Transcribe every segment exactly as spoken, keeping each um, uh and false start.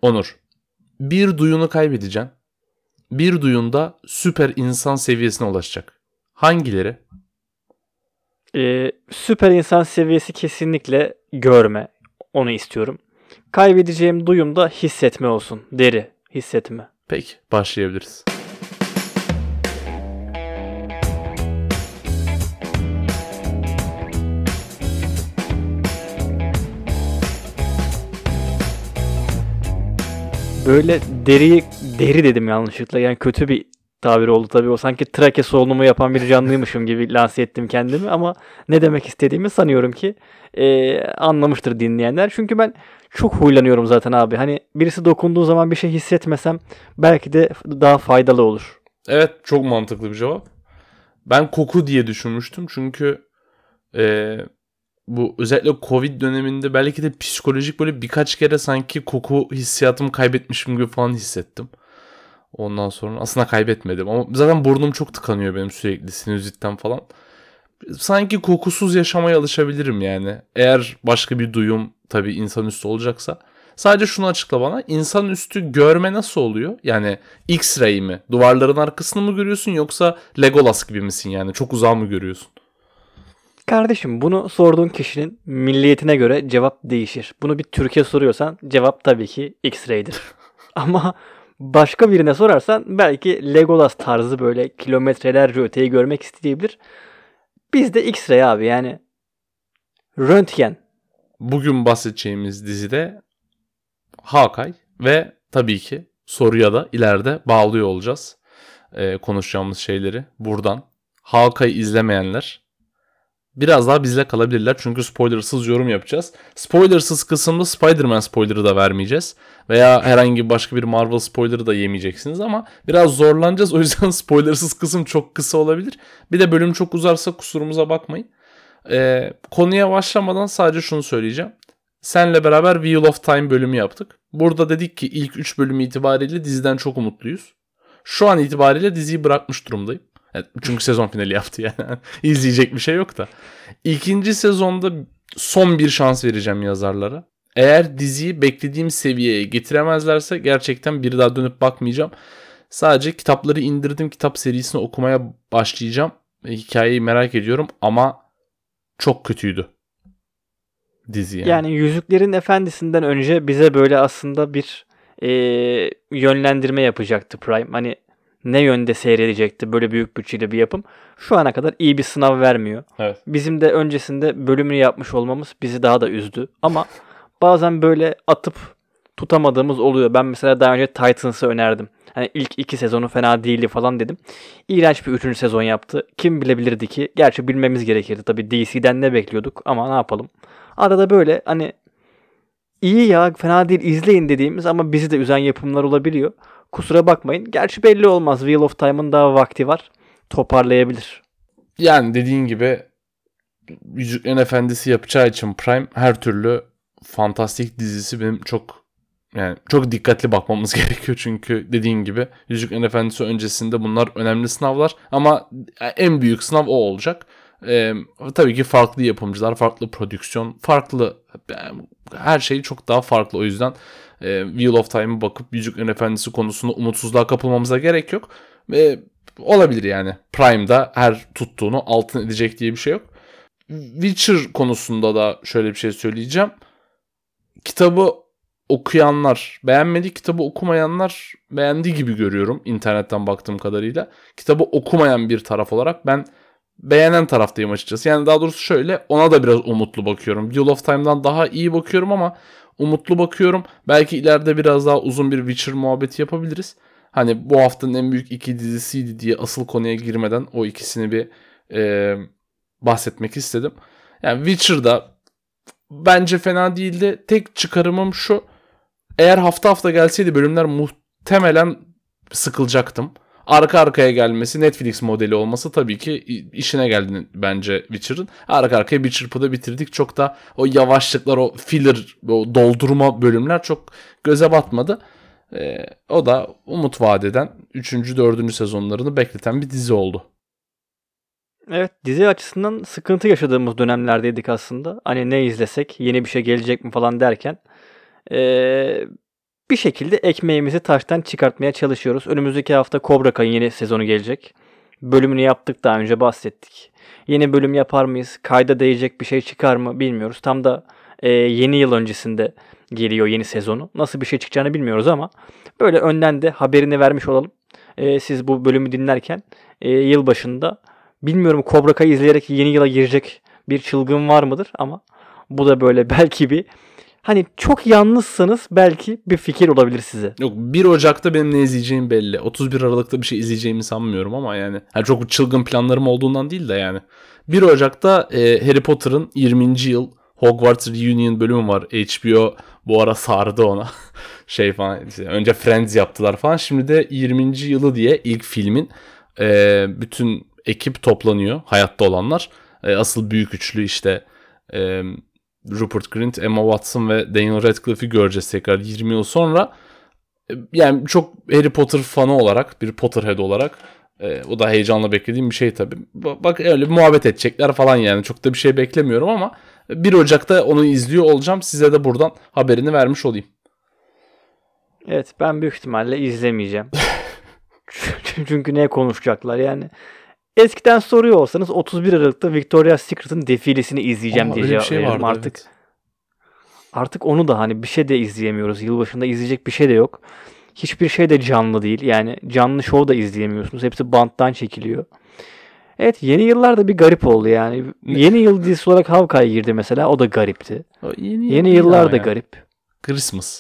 Onur, bir duyunu kaybedeceksin. Bir duyunda süper insan seviyesine ulaşacak. Hangileri? Ee, süper insan seviyesi kesinlikle görme. Onu istiyorum. Kaybedeceğim duyum da hissetme olsun. Deri, hissetme. Peki, başlayabiliriz. Böyle deri deri dedim yanlışlıkla. Yani kötü bir tabir oldu tabii. O sanki trake solunumu yapan bir canlıymışım gibi lanse ettim kendimi ama ne demek istediğimi sanıyorum ki e, anlamıştır dinleyenler. Çünkü ben çok huylanıyorum zaten abi. Hani birisi dokunduğu zaman bir şey hissetmesem belki de daha faydalı olur. Evet, çok mantıklı bir cevap. Ben koku diye düşünmüştüm çünkü e, bu özellikle Covid döneminde belki de psikolojik böyle birkaç kere sanki koku hissiyatımı kaybetmişim gibi falan hissettim. Ondan sonra aslında kaybetmedim ama zaten burnum çok tıkanıyor benim sürekli sinüzitten falan. Sanki kokusuz yaşamaya alışabilirim yani. Eğer başka bir duyum tabii insanüstü olacaksa. Sadece şunu açıkla bana. İnsanüstü görme nasıl oluyor? Yani X-ray mi? Duvarların arkasını mı görüyorsun yoksa Legolas gibi misin yani? Çok uzağı mı görüyorsun? Kardeşim bunu sorduğun kişinin milliyetine göre cevap değişir. Bunu bir Türkiye soruyorsan cevap tabii ki X-ray'dir. Ama başka birine sorarsan belki Legolas tarzı böyle kilometrelerce öteyi görmek isteyebilir. Bizde X-ray abi yani röntgen. Bugün bahsedeceğimiz dizide Hawkeye ve tabii ki soruya da ileride bağlıyor olacağız. Ee, konuşacağımız şeyleri buradan. Hawkeye izlemeyenler biraz daha bizle kalabilirler çünkü spoilersız yorum yapacağız. Spoilersız kısımda Spider-Man spoilerı da vermeyeceğiz. Veya herhangi başka bir Marvel spoilerı da yemeyeceksiniz ama biraz zorlanacağız. O yüzden spoilersız kısım çok kısa olabilir. Bir de bölüm çok uzarsa kusurumuza bakmayın. Ee, konuya başlamadan sadece şunu söyleyeceğim. Senle beraber Wheel of Time bölümü yaptık. Burada dedik ki ilk üç bölüm itibariyle diziden çok umutluyuz. Şu an itibariyle diziyi bırakmış durumdayım. Evet, çünkü sezon finali yaptı yani. İzleyecek bir şey yok da. İkinci sezonda son bir şans vereceğim yazarlara. Eğer diziyi beklediğim seviyeye getiremezlerse gerçekten bir daha dönüp bakmayacağım. Sadece kitapları indirdim. Kitap serisini okumaya başlayacağım. Hikayeyi merak ediyorum ama çok kötüydü dizi yani. Yani Yüzüklerin Efendisi'nden önce bize böyle aslında bir eee, yönlendirme yapacaktı Prime. Hani ne yönde seyredecekti böyle büyük bütçeli bir yapım. Şu ana kadar iyi bir sınav vermiyor. Evet. Bizim de öncesinde bölümünü yapmış olmamız bizi daha da üzdü. Ama bazen böyle atıp tutamadığımız oluyor. Ben mesela daha önce Titans'ı önerdim. Hani ilk iki sezonu fena değildi falan dedim. İğrenç bir üçüncü sezon yaptı. Kim bilebilirdi ki? Gerçi bilmemiz gerekirdi. Tabii D C'den ne bekliyorduk ama ne yapalım. Arada böyle hani iyi ya fena değil izleyin dediğimiz ama bizi de üzen yapımlar olabiliyor. Kusura bakmayın. Gerçi belli olmaz. Wheel of Time'ın daha vakti var. Toparlayabilir. Yani dediğin gibi Yüzüklerin Efendisi yapacağı için Prime her türlü fantastik dizisi benim çok yani çok dikkatli bakmamız gerekiyor çünkü dediğin gibi Yüzüklerin Efendisi öncesinde bunlar önemli sınavlar ama en büyük sınav o olacak. Ee, tabii ki farklı yapımcılar, farklı prodüksiyon, farklı yani her şey çok daha farklı. O yüzden e, Wheel of Time'a bakıp Yüzüklerin Efendisi konusunda umutsuzluğa kapılmamıza gerek yok. Ve olabilir yani Prime'da her tuttuğunu altın edecek diye bir şey yok. Witcher konusunda da şöyle bir şey söyleyeceğim. Kitabı okuyanlar beğenmedi, kitabı okumayanlar beğendi gibi görüyorum internetten baktığım kadarıyla. Kitabı okumayan bir taraf olarak ben beğenen taraftayım açıkçası. Yani daha doğrusu şöyle ona da biraz umutlu bakıyorum. Wheel of Time'dan daha iyi bakıyorum ama umutlu bakıyorum. Belki ileride biraz daha uzun bir Witcher muhabbeti yapabiliriz. Hani bu haftanın en büyük iki dizisiydi diye asıl konuya girmeden o ikisini bir e, bahsetmek istedim. Yani Witcher'da bence fena değildi. Tek çıkarımım şu. Eğer hafta hafta gelseydi bölümler muhtemelen sıkılacaktım. Arka arkaya gelmesi, Netflix modeli olması tabii ki işine geldi bence Witcher'ın. Arka arkaya bir çırpıda bitirdik. Çok da o yavaşlıklar, o filler, o doldurma bölümler çok göze batmadı. Ee, o da umut vadeden üçüncü dördüncü sezonlarını bekleten bir dizi oldu. Evet, dizi açısından sıkıntı yaşadığımız dönemlerdeydik aslında. Hani ne izlesek, yeni bir şey gelecek mi falan derken. Ee, bir şekilde ekmeğimizi taştan çıkartmaya çalışıyoruz. Önümüzdeki hafta Cobra Kai'nin yeni sezonu gelecek. Bölümünü yaptık, daha önce bahsettik. Yeni bölüm yapar mıyız? Kayda değecek bir şey çıkar mı bilmiyoruz. Tam da e, yeni yıl öncesinde geliyor yeni sezonu. Nasıl bir şey çıkacağını bilmiyoruz ama böyle önden de haberini vermiş olalım. E, siz bu bölümü dinlerken e, yıl başında bilmiyorum, Cobra Kai izleyerek yeni yıla girecek bir çılgın var mıdır ama bu da böyle belki bir, hani çok yalnızsanız belki bir fikir olabilir size. Yok, bir Ocak'ta benim ne izleyeceğim belli. otuz bir Aralık'ta bir şey izleyeceğimi sanmıyorum ama yani. yani çok çılgın planlarım olduğundan değil de yani. bir Ocak'ta e, Harry Potter'ın yirminci yıl Hogwarts Reunion bölümü var. H B O bu ara sardı ona. şey falan işte, önce Friends yaptılar falan. Şimdi de yirminci yılı diye ilk filmin e, bütün ekip toplanıyor. Hayatta olanlar. E, asıl büyük üçlü işte e, Rupert Grint, Emma Watson ve Daniel Radcliffe'i göreceğiz tekrar yirmi yıl sonra. Yani çok Harry Potter fanı olarak, bir Potterhead olarak e, o da heyecanla beklediğim bir şey tabii. Bak öyle bir muhabbet edecekler falan yani. Çok da bir şey beklemiyorum ama bir Ocak'ta onu izliyor olacağım. Size de buradan haberini vermiş olayım. Evet, ben büyük ihtimalle izlemeyeceğim. Çünkü ne konuşacaklar yani. Eskiden soruyor olsanız otuz bir Aralık'ta Victoria's Secret'ın defilesini izleyeceğim Aa, diye öyle bir cevap şey veririm. vardı, Artık evet. artık onu da hani bir şey de izleyemiyoruz. Yılbaşında izleyecek bir şey de yok. Hiçbir şey de canlı değil. Yani canlı show da izleyemiyorsunuz. Hepsi banttan çekiliyor. Evet, yeni yıllarda bir garip oldu yani. Yeni yıl dizisi olarak Hawkeye girdi mesela. O da garipti. O yeni, Yeni yıl yıllar ama da ya. garip. Christmas.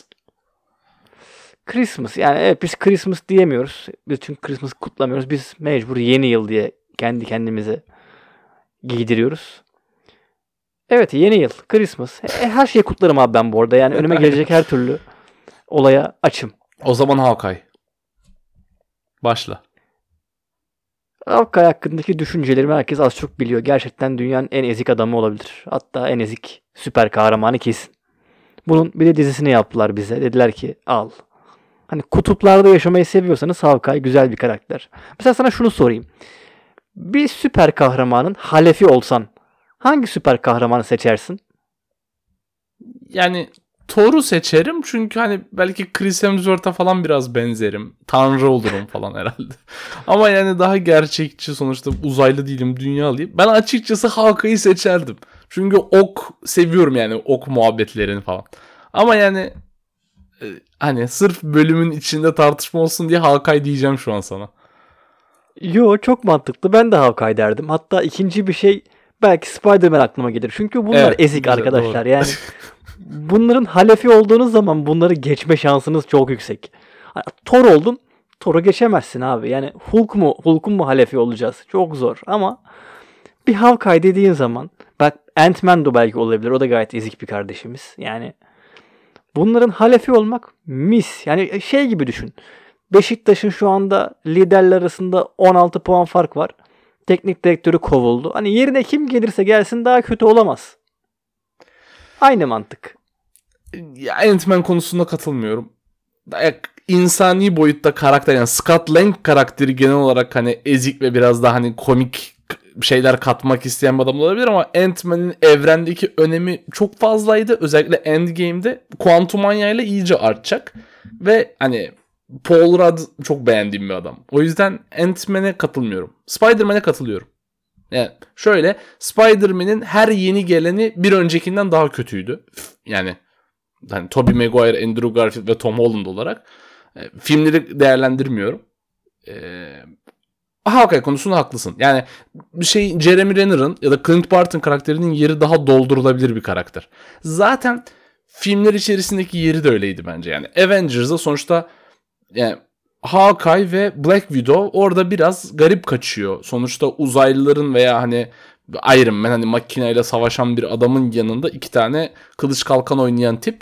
Christmas, yani evet, biz Christmas diyemiyoruz. Biz çünkü Christmas kutlamıyoruz. Biz mecbur yeni yıl diye kendi kendimize giydiriyoruz. Evet, yeni yıl, Christmas. E, her şeyi kutlarım abi ben bu arada. Yani önüme gelecek her türlü olaya açım. O zaman Hawkeye. Başla. Hawkeye hakkındaki düşüncelerimi herkes az çok biliyor. Gerçekten dünyanın en ezik adamı olabilir. Hatta en ezik süper kahramanı kesin. Bunun bir de dizisini yaptılar bize. Dediler ki al. Hani kutuplarda yaşamayı seviyorsanız Hawkeye güzel bir karakter. Mesela sana şunu sorayım. Bir süper kahramanın halefi olsan hangi süper kahramanı seçersin? Yani Thor'u seçerim çünkü hani belki Chris Hemsworth'a falan biraz benzerim. Tanrı olurum falan herhalde. Ama yani daha gerçekçi, sonuçta uzaylı değilim, dünyalıyım. Ben açıkçası Hawkeye'yi seçerdim. Çünkü ok seviyorum yani, ok muhabbetlerini falan. Ama yani e, hani sırf bölümün içinde tartışma olsun diye Hawkeye diyeceğim şu an sana. Yo, çok mantıklı. Ben de Hawkeye derdim. Hatta ikinci bir şey, belki Spider-Man aklıma gelir. Çünkü bunlar Evet, ezik güzel, arkadaşlar. doğru. Yani bunların halefi olduğunuz zaman bunları geçme şansınız çok yüksek. Hani Thor oldun, Thor'u geçemezsin abi. Yani Hulk mu, Hulk'un mu halefi olacağız? Çok zor ama bir Hawkeye dediğin zaman, bak Ant-Man da belki olabilir. O da gayet ezik bir kardeşimiz. Yani bunların halefi olmak mis. Yani şey gibi düşün. Beşiktaş'ın şu anda liderler arasında on altı puan fark var. Teknik direktörü kovuldu. Hani yerine kim gelirse gelsin daha kötü olamaz. Aynı mantık. Ya Ant-Man konusunda katılmıyorum. Ya, insani boyutta karakter, yani Scott Lang karakteri genel olarak hani ezik ve biraz daha hani komik şeyler katmak isteyen bir adam olabilir ama Ant-Man'in evrendeki önemi çok fazlaydı. Özellikle Endgame'de Quantumania ile iyice artacak. Ve hani Paul Rudd çok beğendiğim bir adam. O yüzden Ant-Man'e katılmıyorum. Spider-Man'e katılıyorum. Yani şöyle, Spider-Man'in her yeni geleni bir öncekinden daha kötüydü. Yani hani Tobey Maguire, Andrew Garfield ve Tom Holland olarak e, filmleri değerlendirmiyorum. E, Hawkeye konusunda haklısın. Yani bir şey, Jeremy Renner'ın ya da Clint Barton karakterinin yeri daha doldurulabilir bir karakter. Zaten filmler içerisindeki yeri de öyleydi bence. Yani Avengers'da sonuçta yani Hawkeye ve Black Widow orada biraz garip kaçıyor. Sonuçta uzaylıların veya hani Iron Man, hani makineyle savaşan bir adamın yanında iki tane kılıç kalkan oynayan tip,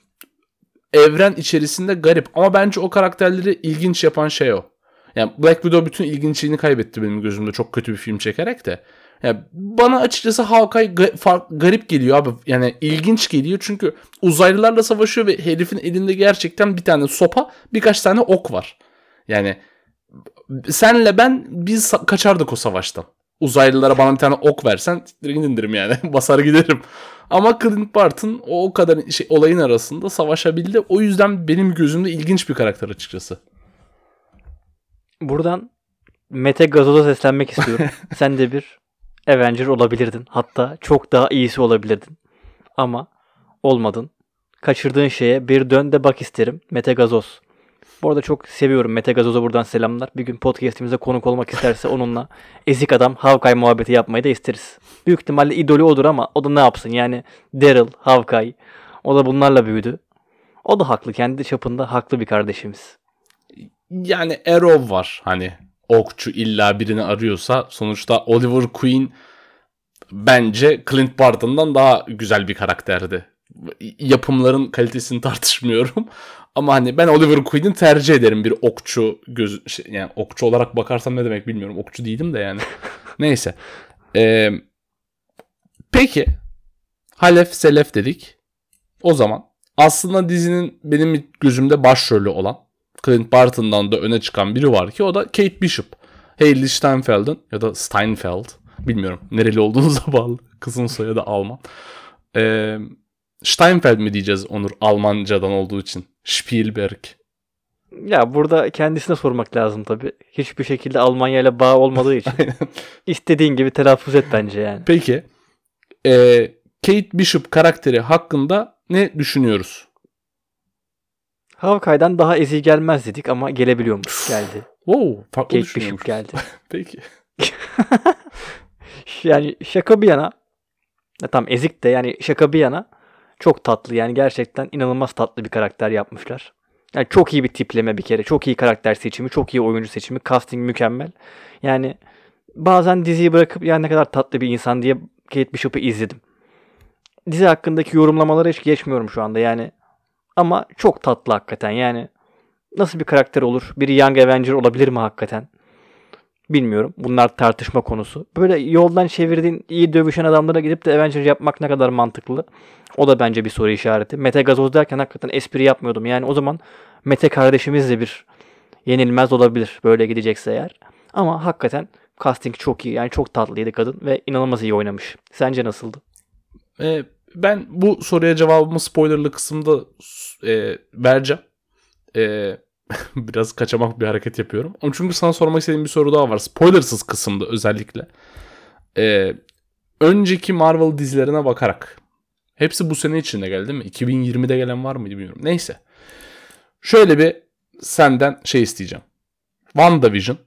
evren içerisinde garip. Ama bence o karakterleri ilginç yapan şey o. Yani Black Widow bütün ilginçliğini kaybetti benim gözümde, çok kötü bir film çekerek de. Yani bana açıkçası Hawkeye ga- fark, garip geliyor abi. Yani ilginç geliyor çünkü uzaylılarla savaşıyor ve herifin elinde gerçekten bir tane sopa, birkaç tane ok var. Yani senle ben, biz kaçardık o savaştan. Uzaylılara bana bir tane ok versen indirim yani. Basar giderim. Ama Clint Barton o, o kadar şey, olayın arasında savaşabildi. O yüzden benim gözümde ilginç bir karakter açıkçası. Buradan Mete Gazoz'a seslenmek istiyorum. Sen de bir Avenger olabilirdin. Hatta çok daha iyisi olabilirdin. Ama olmadın. Kaçırdığın şeye bir dön de bak isterim. Mete Gazoz. Bu arada çok seviyorum. Mete Gazoz'a buradan selamlar. Bir gün podcast'imize konuk olmak isterse onunla ezik adam Hawkeye muhabbeti yapmayı da isteriz. Büyük ihtimalle idolü odur ama o da ne yapsın? Yani Daryl, Hawkeye. O da bunlarla büyüdü. O da haklı. Kendi çapında haklı bir kardeşimiz. Yani Arrow var hani. Okçu illa birini arıyorsa sonuçta Oliver Queen bence Clint Barton'dan daha güzel bir karakterdi. Yapımların kalitesini tartışmıyorum. Ama hani ben Oliver Queen'i tercih ederim bir okçu göz şey, yani okçu olarak bakarsam ne demek bilmiyorum. Okçu değilim de yani. Neyse. Ee, peki Halef Selef dedik. O zaman aslında dizinin benim gözümde başrolü olan Clint Barton'dan da öne çıkan biri var ki o da Kate Bishop. Hailee Steinfeld'in ya da Steinfeld bilmiyorum nereli olduğunuza bağlı. Kızın soyadı Alman. Ee, Steinfeld mi diyeceğiz Onur Almancadan olduğu için? Spielberg. Ya burada kendisine sormak lazım tabii. Hiçbir şekilde Almanya ile bağ olmadığı için. İstediğin gibi telaffuz et bence yani. Peki. Ee, Kate Bishop karakteri hakkında ne düşünüyoruz? Hawkeye'den daha ezik gelmez dedik ama gelebiliyormuş. Geldi. Wow, farklı Kate Bishop geldi. Peki. Yani şaka bir yana, tam ezik de yani şaka bir yana çok tatlı. Yani gerçekten inanılmaz tatlı bir karakter yapmışlar. Yani çok iyi bir tipleme bir kere. Çok iyi karakter seçimi, çok iyi oyuncu seçimi. Casting mükemmel. Yani bazen diziyi bırakıp ya ne kadar tatlı bir insan diye Kate Bishop'u izledim. Dizi hakkındaki yorumlamalara hiç geçmiyorum şu anda yani. Ama çok tatlı hakikaten yani. Nasıl bir karakter olur? Biri Young Avenger olabilir mi hakikaten? Bilmiyorum. Bunlar tartışma konusu. Böyle yoldan çevirdiğin iyi dövüşen adamlara gidip de Avenger yapmak ne kadar mantıklı? O da bence bir soru işareti. Mete Gazoz derken hakikaten espri yapmıyordum. Yani o zaman Mete kardeşimiz de bir yenilmez olabilir. Böyle gidecekse eğer. Ama hakikaten casting çok iyi. Yani çok tatlıydı kadın ve inanılmaz iyi oynamış. Sence nasıldı? Ee, ben bu soruya cevabımı spoilerlı kısımda e, vereceğim. E, biraz kaçamak bir hareket yapıyorum. Ama çünkü sana sormak istediğim bir soru daha var. Spoilersız kısımda özellikle. E, önceki Marvel dizilerine bakarak. Hepsi bu sene içinde geldi değil mi? iki bin yirmide gelen var mıydı bilmiyorum. Neyse. Şöyle bir senden şey isteyeceğim. WandaVision,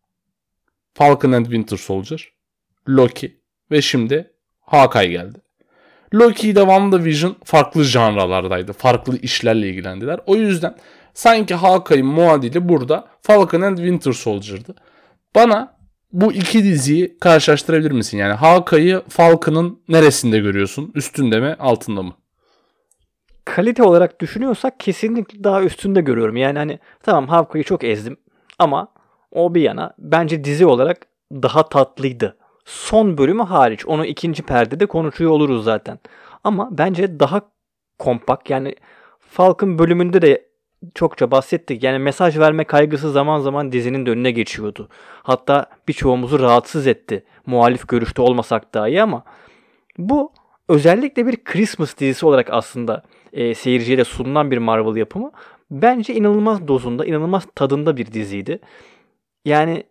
Falcon and Winter Soldier, Loki ve şimdi Hawkeye geldi. Loki ile WandaVision farklı janralardaydı. Farklı işlerle ilgilendiler. O yüzden sanki Hawkeye'in muadili burada Falcon and Winter Soldier'dı. Bana bu iki diziyi karşılaştırabilir misin? Yani Hawkeye'yi Falcon'ın neresinde görüyorsun? Üstünde mi, altında mı? Kalite olarak düşünüyorsak kesinlikle daha üstünde görüyorum. Yani hani tamam Hawkeye'yi çok ezdim ama o bir yana bence dizi olarak daha tatlıydı. Son bölümü hariç. Onu ikinci perdede konuşuyor oluruz zaten. Ama bence daha kompakt. Yani Falcon bölümünde de çokça bahsettik. Yani mesaj verme kaygısı zaman zaman dizinin de önüne geçiyordu. Hatta birçoğumuzu rahatsız etti. Muhalif görüşte olmasak dahi ama bu özellikle bir Christmas dizisi olarak aslında e, seyirciye de sunulan bir Marvel yapımı. Bence inanılmaz dozunda, inanılmaz tadında bir diziydi. Yani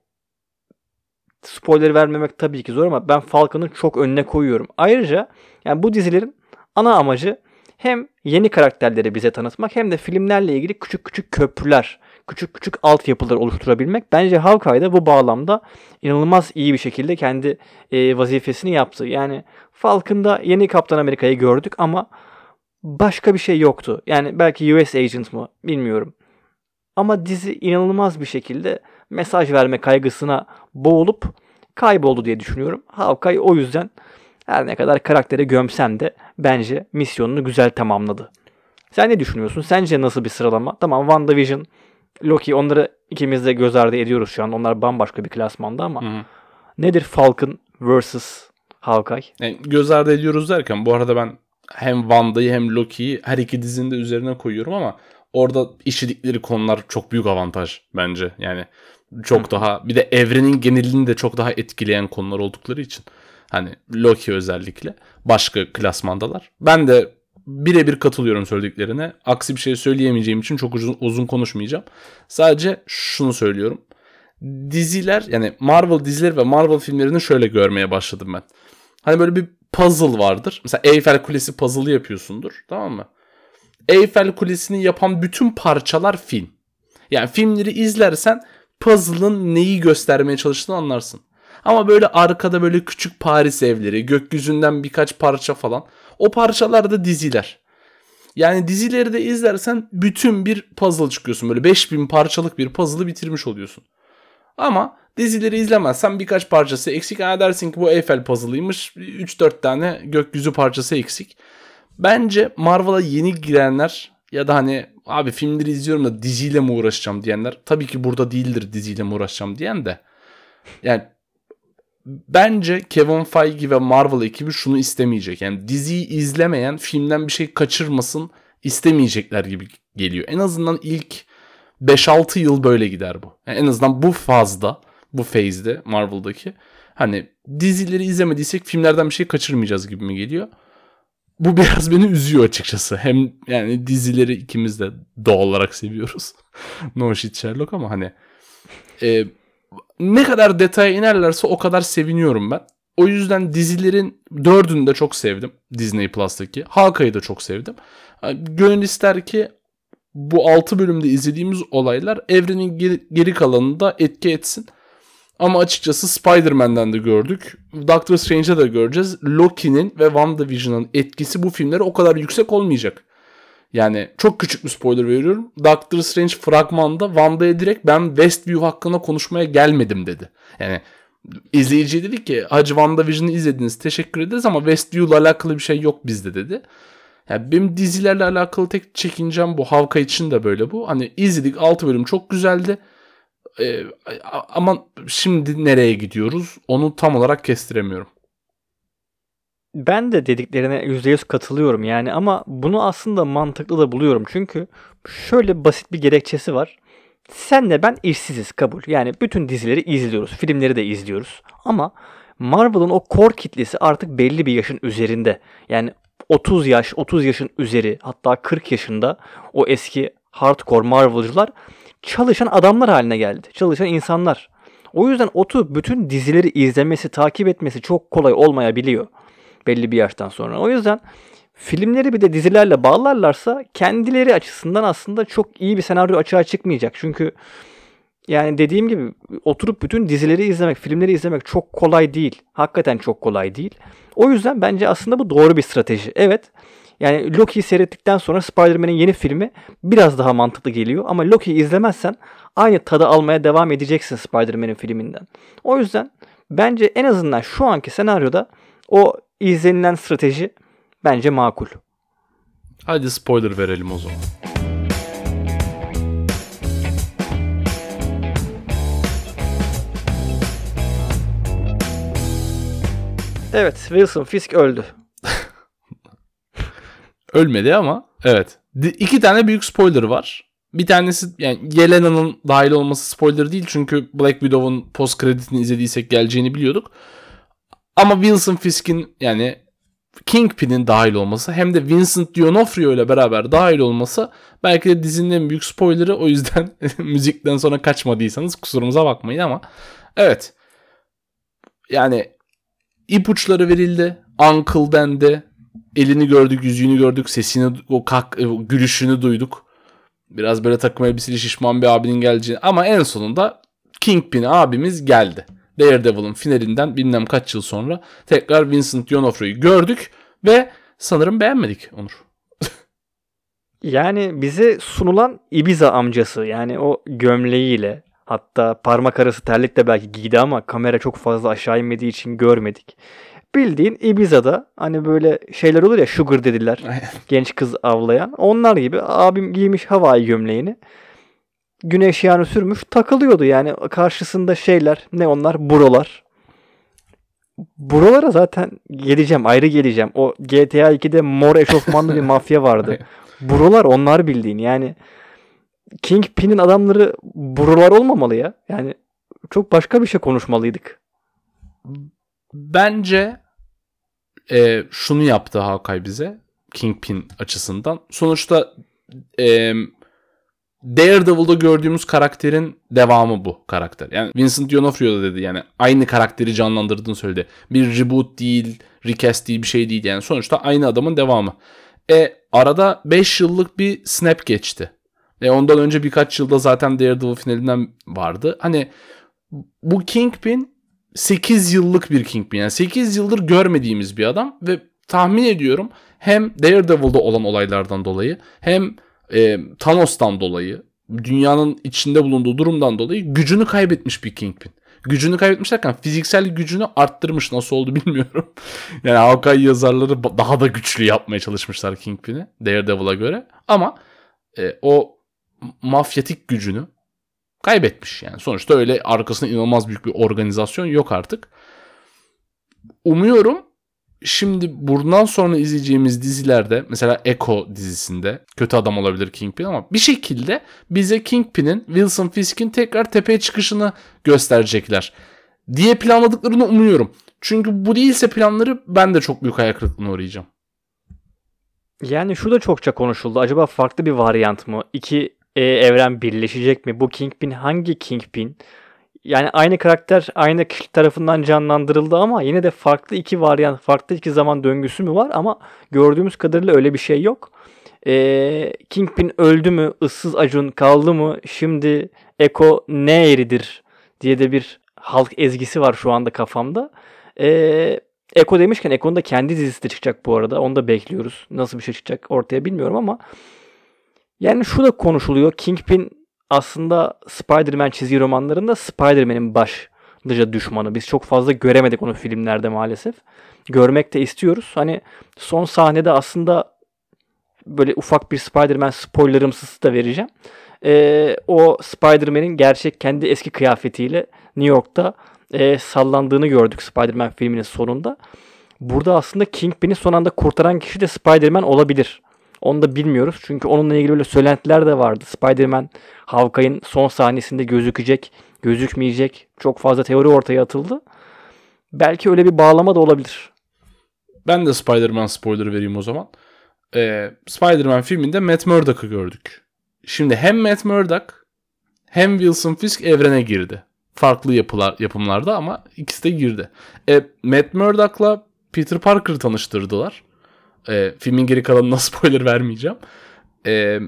spoiler vermemek tabii ki zor ama ben Falcon'ın çok önüne koyuyorum. Ayrıca yani bu dizilerin ana amacı hem yeni karakterleri bize tanıtmak hem de filmlerle ilgili küçük küçük köprüler, küçük küçük altyapılar oluşturabilmek. Bence Hawkeye da bu bağlamda inanılmaz iyi bir şekilde kendi e, vazifesini yaptı. Yani Falcon'da yeni Kaptan Amerika'yı gördük ama başka bir şey yoktu. Yani belki U S Agent mı bilmiyorum. Ama dizi inanılmaz bir şekilde mesaj verme kaygısına boğulup kayboldu diye düşünüyorum. Hawkeye o yüzden her ne kadar karaktere gömsem de bence misyonunu güzel tamamladı. Sen ne düşünüyorsun? Sence nasıl bir sıralama? Tamam WandaVision, Loki onları ikimiz de göz ardı ediyoruz şu an. Onlar bambaşka bir klasmanda ama Hı-hı. nedir Falcon versus Hawkeye? Yani göz ardı ediyoruz derken bu arada ben hem Wanda'yı hem Loki'yi her iki dizinin de üzerine koyuyorum ama orada işledikleri konular çok büyük avantaj bence. Yani çok Hı. daha bir de evrenin genelini de çok daha etkileyen konular oldukları için Hani Loki özellikle. Başka klasmandalar. Ben de birebir katılıyorum söylediklerine. Aksi bir şey söyleyemeyeceğim için çok uzun, uzun konuşmayacağım. Sadece şunu söylüyorum. Diziler, yani Marvel dizileri ve Marvel filmlerini şöyle görmeye başladım ben. Hani böyle bir puzzle vardır. Mesela Eyfel Kulesi puzzle'ı yapıyorsundur. Tamam mı? Eyfel Kulesi'ni yapan bütün parçalar film. Yani filmleri izlersen puzzle'ın neyi göstermeye çalıştığını anlarsın. Ama böyle arkada böyle küçük Paris evleri, gökyüzünden birkaç parça falan. O parçalar da diziler. Yani dizileri de izlersen bütün bir puzzle çıkıyorsun. Böyle beş bin parçalık bir puzzle'ı bitirmiş oluyorsun. Ama dizileri izlemezsen birkaç parçası eksik. Ha dersin ki bu Eiffel puzzle'ıymış. üç dört tane gökyüzü parçası eksik. Bence Marvel'a yeni girenler ya da hani abi filmleri izliyorum da diziyle mi uğraşacağım diyenler. Tabii ki burada değildir diziyle mi uğraşacağım diyen de. Yani bence Kevin Feige ve Marvel ekibi şunu istemeyecek. Yani diziyi izlemeyen filmden bir şey kaçırmasın istemeyecekler gibi geliyor. En azından ilk beş altı yıl böyle gider bu. Yani en azından bu fazda, bu phase'de Marvel'daki hani dizileri izlemediysek filmlerden bir şey kaçırmayacağız gibi mi geliyor? Bu biraz beni üzüyor açıkçası. Hem yani dizileri ikimiz de doğal olarak seviyoruz. No shit Sherlock ama hani e, ne kadar detaya inerlerse o kadar seviniyorum ben. O yüzden dizilerin dördünü de çok sevdim. Disney Plus'taki. Hawkeye'yi da çok sevdim. Gönül ister ki bu altı bölümde izlediğimiz olaylar evrenin geri, geri kalanında etki etsin. Ama açıkçası Spider-Man'den de gördük. Doctor Strange'de de göreceğiz. Loki'nin ve WandaVision'ın etkisi bu filmlere o kadar yüksek olmayacak. Yani çok küçük bir spoiler veriyorum. Doctor Strange fragmanda Wanda'ya direkt ben Westview hakkında konuşmaya gelmedim dedi. Yani izleyiciye dedi ki hacı WandaVision'ı izlediniz teşekkür ederiz ama Westview ile alakalı bir şey yok bizde dedi. Yani benim dizilerle alakalı tek çekincem bu. Hawkeye için de böyle bu. Hani izledik altı bölüm çok güzeldi. Ee, ama şimdi nereye gidiyoruz onu tam olarak kestiremiyorum. Ben de dediklerine yüzde yüz katılıyorum yani ama bunu aslında mantıklı da buluyorum. Çünkü şöyle basit bir gerekçesi var. Senle ben işsiziz kabul. Yani bütün dizileri izliyoruz, filmleri de izliyoruz. Ama Marvel'ın o core kitlesi artık belli bir yaşın üzerinde. Yani otuz yaş, otuz yaşın üzeri hatta kırk yaşında o eski hardcore Marvel'cılar çalışan adamlar haline geldi. Çalışan insanlar. O yüzden oturup bütün dizileri izlemesi, takip etmesi çok kolay olmayabiliyor belli bir yaştan sonra. O yüzden filmleri bir de dizilerle bağlarlarsa kendileri açısından aslında çok iyi bir senaryo açığa çıkmayacak. Çünkü yani dediğim gibi oturup bütün dizileri izlemek, filmleri izlemek çok kolay değil. Hakikaten çok kolay değil. O yüzden bence aslında bu doğru bir strateji. Evet. Yani Loki'yi seyrettikten sonra Spider-Man'in yeni filmi biraz daha mantıklı geliyor. Ama Loki'yi izlemezsen aynı tadı almaya devam edeceksin Spider-Man'in filminden. O yüzden bence en azından şu anki senaryoda o izlenilen strateji bence makul. Hadi spoiler verelim o zaman. Evet, Wilson Fisk öldü. Ölmedi ama evet. İki tane büyük spoiler var. Bir tanesi yani Yelena'nın dahil olması spoiler değil çünkü Black Widow'un post kreditini izlediysek geleceğini biliyorduk. Ama Wilson Fisk'in yani Kingpin'in dahil olması hem de Vincent D'Onofrio ile beraber dahil olması belki de dizinin en büyük spoilerı. O yüzden müzikten sonra kaçmadıysanız kusurumuza bakmayın ama evet. Yani ipuçları verildi. Uncle dendi. Elini gördük, yüzüğünü gördük, sesini, o kak, gülüşünü duyduk. Biraz böyle takım elbiseli şişman bir abinin geleceğini. Ama en sonunda Kingpin abimiz geldi. Daredevil'ın finalinden bilmem kaç yıl sonra tekrar Vincent D'Onofrio'yu gördük ve sanırım beğenmedik Onur. Yani bize sunulan Ibiza amcası yani o gömleğiyle hatta parmak arası terlik de belki giydi ama kamera çok fazla aşağı inmediği için görmedik. Bildiğin Ibiza'da hani böyle şeyler olur ya sugar dediler genç kız avlayan onlar gibi abim giymiş Hawaii gömleğini güneş yağını sürmüş takılıyordu yani karşısında şeyler ne onlar brolar. Buralara zaten geleceğim ayrı geleceğim o G T A ikide mor eşofmanlı bir mafya vardı. Buralar onlar bildiğin yani Kingpin'in adamları buralar olmamalı ya yani çok başka bir şey konuşmalıydık. Bence e, şunu yaptı Hawkeye bize Kingpin açısından. Sonuçta e, Daredevil'da gördüğümüz karakterin devamı bu karakter. Yani Vincent D'Onofrio da dedi, yani aynı karakteri canlandırdığını söyledi. Bir reboot değil, recast değil, bir şey değil. Yani sonuçta aynı adamın devamı. E arada beş yıllık bir snap geçti. E ondan önce birkaç yılda zaten Daredevil finalinden vardı. Hani bu Kingpin sekiz yıllık bir Kingpin. Yani sekiz yıldır görmediğimiz bir adam ve tahmin ediyorum hem Daredevil'da olan olaylardan dolayı hem e, Thanos'tan dolayı, dünyanın içinde bulunduğu durumdan dolayı gücünü kaybetmiş bir Kingpin. Gücünü kaybetmiş derken fiziksel gücünü arttırmış, nasıl oldu bilmiyorum. Yani Hawkeye yazarları daha da güçlü yapmaya çalışmışlar Kingpin'i Daredevil'a göre. Ama e, o mafyatik gücünü kaybetmiş yani. Sonuçta öyle arkasında inanılmaz büyük bir organizasyon yok artık. Umuyorum şimdi bundan sonra izleyeceğimiz dizilerde, mesela Echo dizisinde kötü adam olabilir Kingpin ama bir şekilde bize Kingpin'in, Wilson Fisk'in tekrar tepeye çıkışını gösterecekler diye planladıklarını umuyorum. Çünkü bu değilse planları ben de çok büyük hayal kırıklığına uğrayacağım. Yani şu da çokça konuşuldu. Acaba farklı bir varyant mı? İki e, evren birleşecek mi? Bu Kingpin hangi Kingpin? Yani aynı karakter aynı kişi tarafından canlandırıldı ama yine de farklı iki varyant, farklı iki zaman döngüsü mü var? Ama gördüğümüz kadarıyla öyle bir şey yok. Ee, Kingpin öldü mü? Issız Acun kaldı mı? Şimdi Eko ne eridir diye de bir halk ezgisi var şu anda kafamda. Ee, Eko demişken Eko'nun da kendi dizisi de çıkacak bu arada. Onu da bekliyoruz. Nasıl bir şey çıkacak ortaya bilmiyorum ama yani şu da konuşuluyor. Kingpin aslında Spider-Man çizgi romanlarında Spider-Man'in başlıca düşmanı. Biz çok fazla göremedik onu filmlerde maalesef. Görmek de istiyoruz. Hani son sahnede aslında böyle ufak bir Spider-Man spoilerımsız da vereceğim. Ee, o Spider-Man'in gerçek kendi eski kıyafetiyle New York'ta e, sallandığını gördük Spider-Man filminin sonunda. Burada aslında Kingpin'i son anda kurtaran kişi de Spider-Man olabilir. Onu da bilmiyoruz. Çünkü onunla ilgili böyle söylentiler de vardı. Spider-Man Hawkeye'in son sahnesinde gözükecek, gözükmeyecek. Çok fazla teori ortaya atıldı. Belki öyle bir bağlama da olabilir. Ben de Spider-Man spoiler vereyim o zaman. Ee, Spider-Man filminde Matt Murdock'ı gördük. Şimdi hem Matt Murdock hem Wilson Fisk evrene girdi. Farklı yapılar, yapımlarda ama ikisi de girdi. E, Matt Murdock'la Peter Parker'ı tanıştırdılar. E, filmin geri kalanına spoiler vermeyeceğim. E,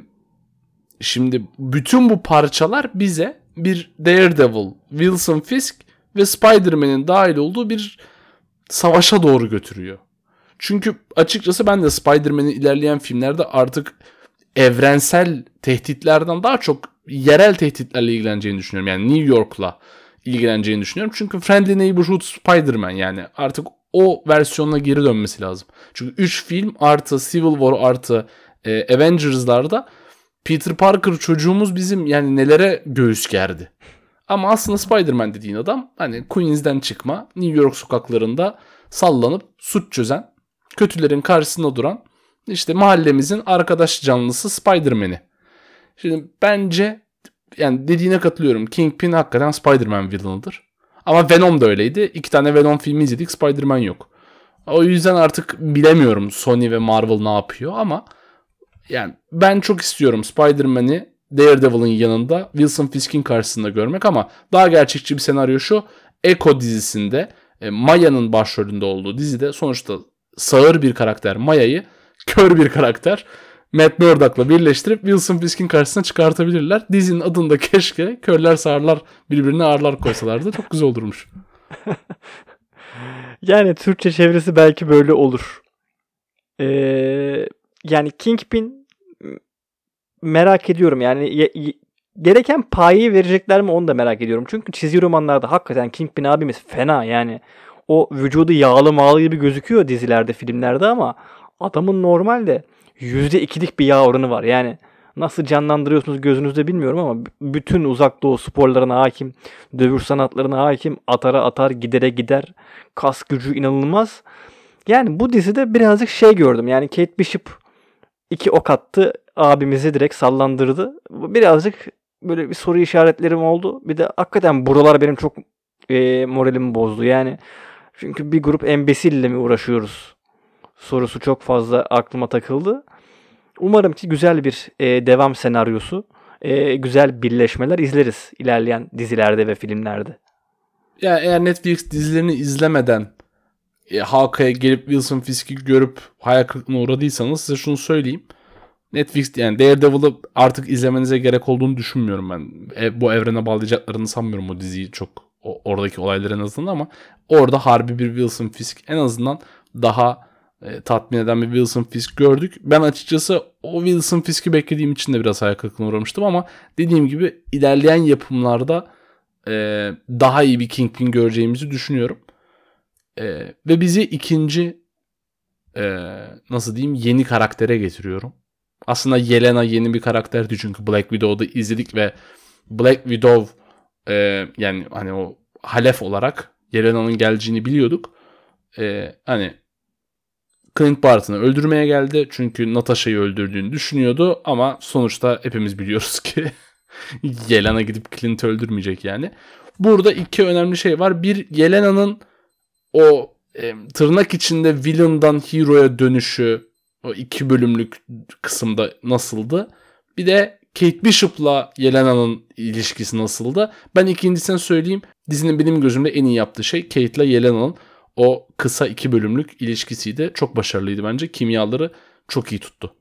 şimdi bütün bu parçalar bize bir Daredevil, Wilson Fisk ve Spider-Man'in dahil olduğu bir savaşa doğru götürüyor. Çünkü açıkçası ben de Spider-Man'in ilerleyen filmlerde artık evrensel tehditlerden daha çok yerel tehditlerle ilgileneceğini düşünüyorum. Yani New York'la ilgileneceğini düşünüyorum. Çünkü Friendly Neighborhood Spider-Man, yani artık o versiyonuna geri dönmesi lazım. Çünkü üç film artı Civil War artı e, Avengers'larda Peter Parker çocuğumuz bizim yani nelere göğüs gerdi. Ama aslında Spider-Man dediğin adam hani Queens'den çıkma, New York sokaklarında sallanıp suç çözen, kötülerin karşısında duran işte mahallemizin arkadaş canlısı Spider-Man'i. Şimdi bence yani dediğine katılıyorum. Kingpin hakikaten Spider-Man villain'ıdır. Ama Venom da öyleydi. İki tane Venom filmi izledik. Spider-Man yok. O yüzden artık bilemiyorum Sony ve Marvel ne yapıyor ama yani ben çok istiyorum Spider-Man'i Daredevil'ın yanında Wilson Fisk'in karşısında görmek ama daha gerçekçi bir senaryo şu. Echo dizisinde e, Maya'nın başrolünde olduğu dizide sonuçta sağır bir karakter Maya'yı kör bir karakter Matt Murdock'la birleştirip Wilson Fisk'in karşısına çıkartabilirler. Dizinin adında keşke körler sağırlar birbirine ağırlar koysalardı. Çok güzel olurmuş. Yani Türkçe çevirisi belki böyle olur. Ee, yani Kingpin merak ediyorum. Yani ye, ye, gereken payı verecekler mi onu da merak ediyorum. Çünkü çizgi romanlarda hakikaten Kingpin abimiz fena. Yani o vücudu yağlı mağlı gibi gözüküyor dizilerde, filmlerde ama adamın normalde yüzde ikilik bir yağ oranı var. Yani nasıl canlandırıyorsunuz gözünüzde bilmiyorum ama bütün uzak doğu sporlarına hakim, dövüş sanatlarına hakim, atara atar, gidere gider, kas gücü inanılmaz. Yani bu dizide birazcık şey gördüm. Yani Kate Bishop iki ok attı, abimizi direkt sallandırdı. Birazcık böyle bir soru işaretlerim oldu. Bir de hakikaten buralar benim çok e, moralimi bozdu. Yani Çünkü bir grup embesille mi uğraşıyoruz sorusu çok fazla aklıma takıldı. Umarım ki güzel bir e, devam senaryosu, e, güzel birleşmeler izleriz ilerleyen dizilerde ve filmlerde. Ya eğer Netflix dizilerini izlemeden e, Hawkeye'ye gelip Wilson Fisk'i görüp hayal kırıklığına uğradıysanız size şunu söyleyeyim. Netflix yani Daredevil'ı artık izlemenize gerek olduğunu düşünmüyorum ben. E, bu evrene bağlayacaklarını sanmıyorum o diziyi çok o, oradaki olaylar en azından ama orada harbi bir Wilson Fisk en azından daha e, tatmin eden bir Wilson Fisk gördük. Ben açıkçası o Wilson Fisk'i beklediğim için de biraz hayal kırıklığına uğramıştım ama dediğim gibi ilerleyen yapımlarda e, daha iyi bir Kingpin göreceğimizi düşünüyorum. E, ve bizi ikinci e, nasıl diyeyim yeni karaktere getiriyorum. Aslında Yelena yeni bir karakterdi çünkü Black Widow'da izledik ve Black Widow e, yani hani o halef olarak Yelena'nın geleceğini biliyorduk. E, hani Clint Barton'ı öldürmeye geldi çünkü Natasha'yı öldürdüğünü düşünüyordu ama sonuçta hepimiz biliyoruz ki Yelena gidip Clint'i öldürmeyecek yani. Burada iki önemli şey var. Bir, Yelena'nın o e, tırnak içinde villain'dan hero'ya dönüşü o iki bölümlük kısımda nasıldı? Bir de Kate Bishop'la Yelena'nın ilişkisi nasıldı? Ben ikincisini söyleyeyim. Dizinin benim gözümde en iyi yaptığı şey Kate'la Yelena'nın o kısa iki bölümlük ilişkisiydi. Çok başarılıydı bence. Kimyaları çok iyi tuttu.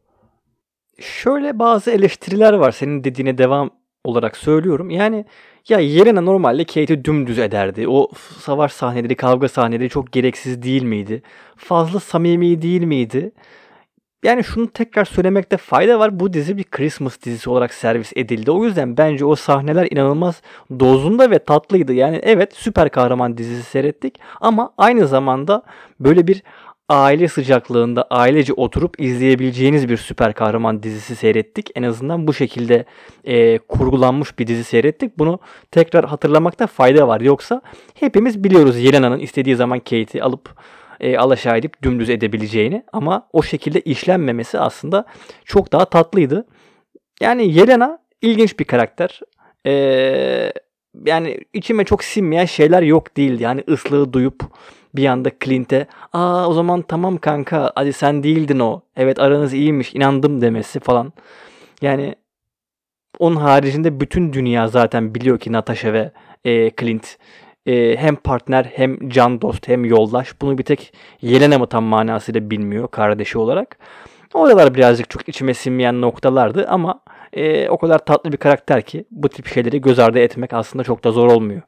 Şöyle bazı eleştiriler var. Senin dediğine devam olarak söylüyorum. Yani ya Yelena normalde Kate'i dümdüz ederdi. O savaş sahneleri, kavga sahneleri çok gereksiz değil miydi? Fazla samimi değil miydi? Yani şunu tekrar söylemekte fayda var. Bu dizi bir Christmas dizisi olarak servis edildi. O yüzden bence o sahneler inanılmaz dozunda ve tatlıydı. Yani evet süper kahraman dizisi seyrettik ama aynı zamanda böyle bir aile sıcaklığında ailece oturup izleyebileceğiniz bir süper kahraman dizisi seyrettik. En azından bu şekilde e, kurgulanmış bir dizi seyrettik. Bunu tekrar hatırlamakta fayda var. Yoksa hepimiz biliyoruz Yelena'nın istediği zaman Kate'i alıp e, alaşağı edip dümdüz edebileceğini ama o şekilde işlenmemesi aslında çok daha tatlıydı. Yani Yelena ilginç bir karakter. Ee, yani içime çok sinmeyen şeyler yok değildi. Yani ıslığı duyup bir anda Clint'e aa o zaman tamam kanka hadi sen değildin o. Evet aranız iyiymiş inandım demesi falan. Yani onun haricinde bütün dünya zaten biliyor ki Natasha ve e, Clint e, hem partner hem can dost hem yoldaş. Bunu bir tek Yelena mı tam manasıyla bilmiyor kardeşi olarak. Oralar birazcık çok içime sinmeyen noktalardı ama e, o kadar tatlı bir karakter ki bu tip şeyleri göz ardı etmek aslında çok da zor olmuyor.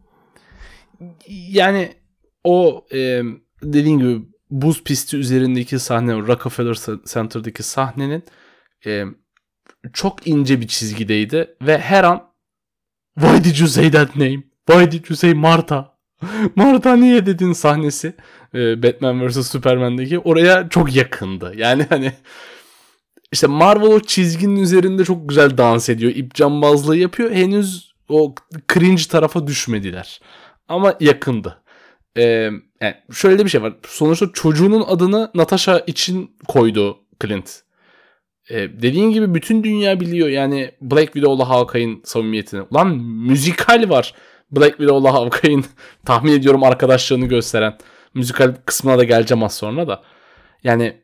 Yani o e, dediğin gibi buz pisti üzerindeki sahne, Rockefeller Center'daki sahnenin e, çok ince bir çizgideydi ve her an "Why did you say that name? Why did you say Martha? Martha niye dedin?" sahnesi e, Batman versus. Superman'deki oraya çok yakındı. Yani hani işte Marvel o çizginin üzerinde çok güzel dans ediyor. İp cambazlığı yapıyor. Henüz o cringe tarafa düşmediler. Ama yakındı. Ee, yani şöyle de bir şey var. Sonuçta çocuğunun adını Natasha için koydu Clint. Ee, dediğin gibi bütün dünya biliyor. Yani Black Widow'la Hawkeye'in samimiyetini. Ulan müzikal var. Black Widow'la Hawkeye'in tahmin ediyorum arkadaşlığını gösteren. Müzikal kısmına da geleceğim az sonra da. Yani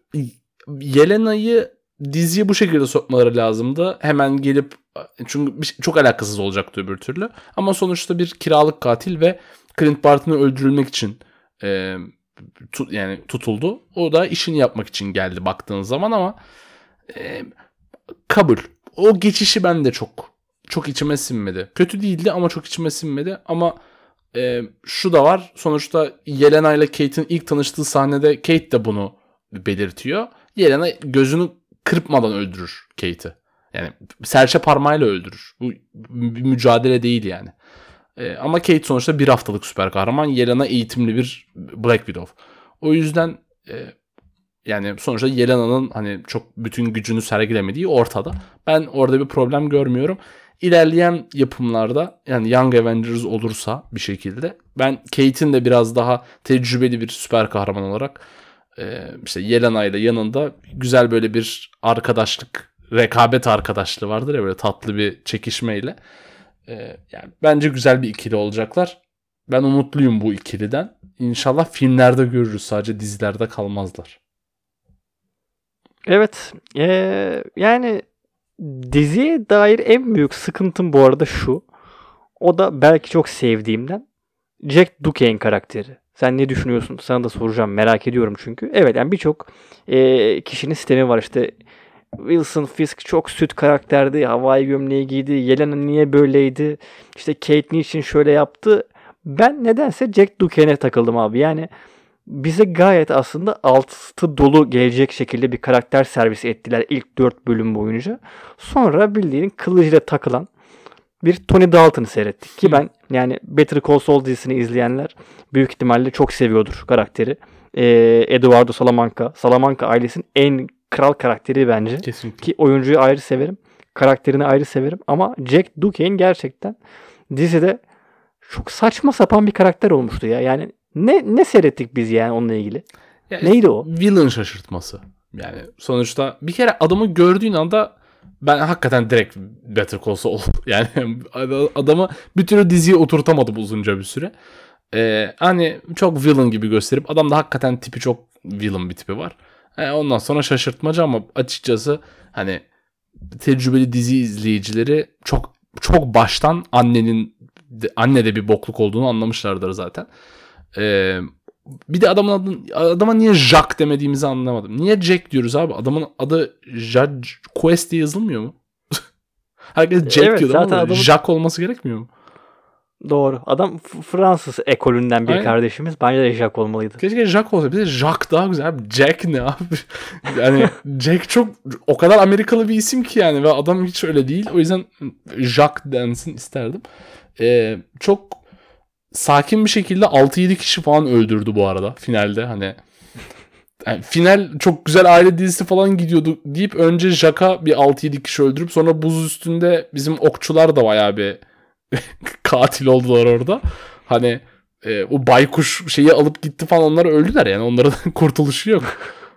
Yelena'yı diziye bu şekilde sokmaları lazımdı. Hemen gelip çünkü çok alakasız olacaktı öbür türlü. Ama sonuçta bir kiralık katil ve Clint Barton'ı öldürülmek için e, tut, yani tutuldu. O da işini yapmak için geldi baktığın zaman ama e, kabul. O geçişi ben de çok çok içime sinmedi. Kötü değildi ama çok içime sinmedi. Ama e, şu da var. Sonuçta Yelena ile Kate'in ilk tanıştığı sahnede Kate de bunu belirtiyor. Yelena gözünü kırpmadan öldürür Kate'i. Yani serçe parmağıyla öldürür. Bu bir mücadele değil yani. Ee, ama Kate sonuçta bir haftalık süper kahraman. Yelena eğitimli bir Black Widow. O yüzden e, yani sonuçta Yelena'nın hani çok bütün gücünü sergilemediği ortada. Ben orada bir problem görmüyorum. İlerleyen yapımlarda yani Young Avengers olursa bir şekilde ben Kate'in de biraz daha tecrübeli bir süper kahraman olarak e, işte Yelena ile yanında güzel böyle bir arkadaşlık, rekabet arkadaşlığı vardır ya böyle tatlı bir çekişmeyle. Ee, yani bence güzel bir ikili olacaklar. Ben umutluyum bu ikiliden. İnşallah filmlerde görürüz. Sadece dizilerde kalmazlar. Evet. Ee, yani diziye dair en büyük sıkıntım bu arada şu. O da belki çok sevdiğimden. Jack Duquesne karakteri. Sen ne düşünüyorsun? Sana da soracağım. Merak ediyorum çünkü. Evet yani birçok e, kişinin sistemi var. İşte Wilson Fisk çok süt karakterdi. Havai gömleği giydi. Yelena niye böyleydi? İşte Kate niçin şöyle yaptı? Ben nedense Jack Duquesne'e takıldım abi. Yani bize gayet aslında altı dolu gelecek şekilde bir karakter servis ettiler ilk dört bölüm boyunca. Sonra bildiğin kılıcıyla takılan bir Tony Dalton'ı seyrettik. Ki ben yani Better Call Saul dizisini izleyenler büyük ihtimalle çok seviyordur karakteri. Ee, Eduardo Salamanca. Salamanca ailesinin en kral karakteri bence. Kesinlikle. Ki oyuncuyu ayrı severim. Karakterini ayrı severim. Ama Jack Duquesne gerçekten dizide çok saçma sapan bir karakter olmuştu ya. Yani ne ne seyrettik biz yani onunla ilgili? Yani Neydi o? Villain şaşırtması. Yani sonuçta bir kere adamı gördüğün anda ben hakikaten direkt Better Call Saul yani adamı bir türlü diziye oturtamadım uzunca bir süre. Ee, hani çok villain gibi gösterip adam da hakikaten tipi çok villain bir tipi var. Ee, ondan sonra şaşırtmacı ama açıkçası hani tecrübeli dizi izleyicileri çok çok baştan annenin annede bir bokluk olduğunu anlamışlardır zaten. Ee, bir de adamın adını, adama niye Jack demediğimizi anlamadım. Niye Jack diyoruz abi? Adamın adı Judge Quest diye yazılmıyor mu? Herkes Jack Evet, diyor ama adamın... Jack olması gerekmiyor mu? Doğru. Adam F- Fransız ekolünden bir Aynen. Kardeşimiz. Bence de Jack olmalıydı. Keşke Jack olsa. Bir de Jack daha güzel. Jack ne abi? Yani Jack çok o kadar Amerikalı bir isim ki yani ve adam hiç öyle değil. O yüzden Jack densin isterdim. Ee, çok sakin bir şekilde altı yedi kişi falan öldürdü bu arada finalde. Hani yani final çok güzel aile dizisi falan gidiyordu deyip önce Jack'a bir altı yedi kişi öldürüp sonra buz üstünde bizim okçular da bayağı bir katil oldular orada. Hani e, o baykuş şeyi alıp gitti falan, onlar öldüler yani, onların kurtuluşu yok.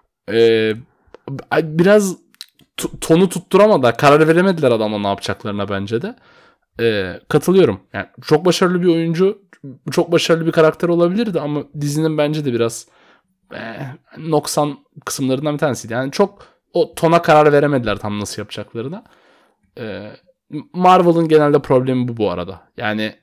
E, biraz t- tonu tutturamadı, karar veremediler adamla ne yapacaklarına bence de. E, katılıyorum. Yani çok başarılı bir oyuncu, çok başarılı bir karakter olabilirdi ama dizinin bence de biraz e, noksan kısımlarından bir tanesiydi. Yani çok o tona karar veremediler tam nasıl yapacaklarına. E, Marvel'ın genelde problemi bu bu arada. Yani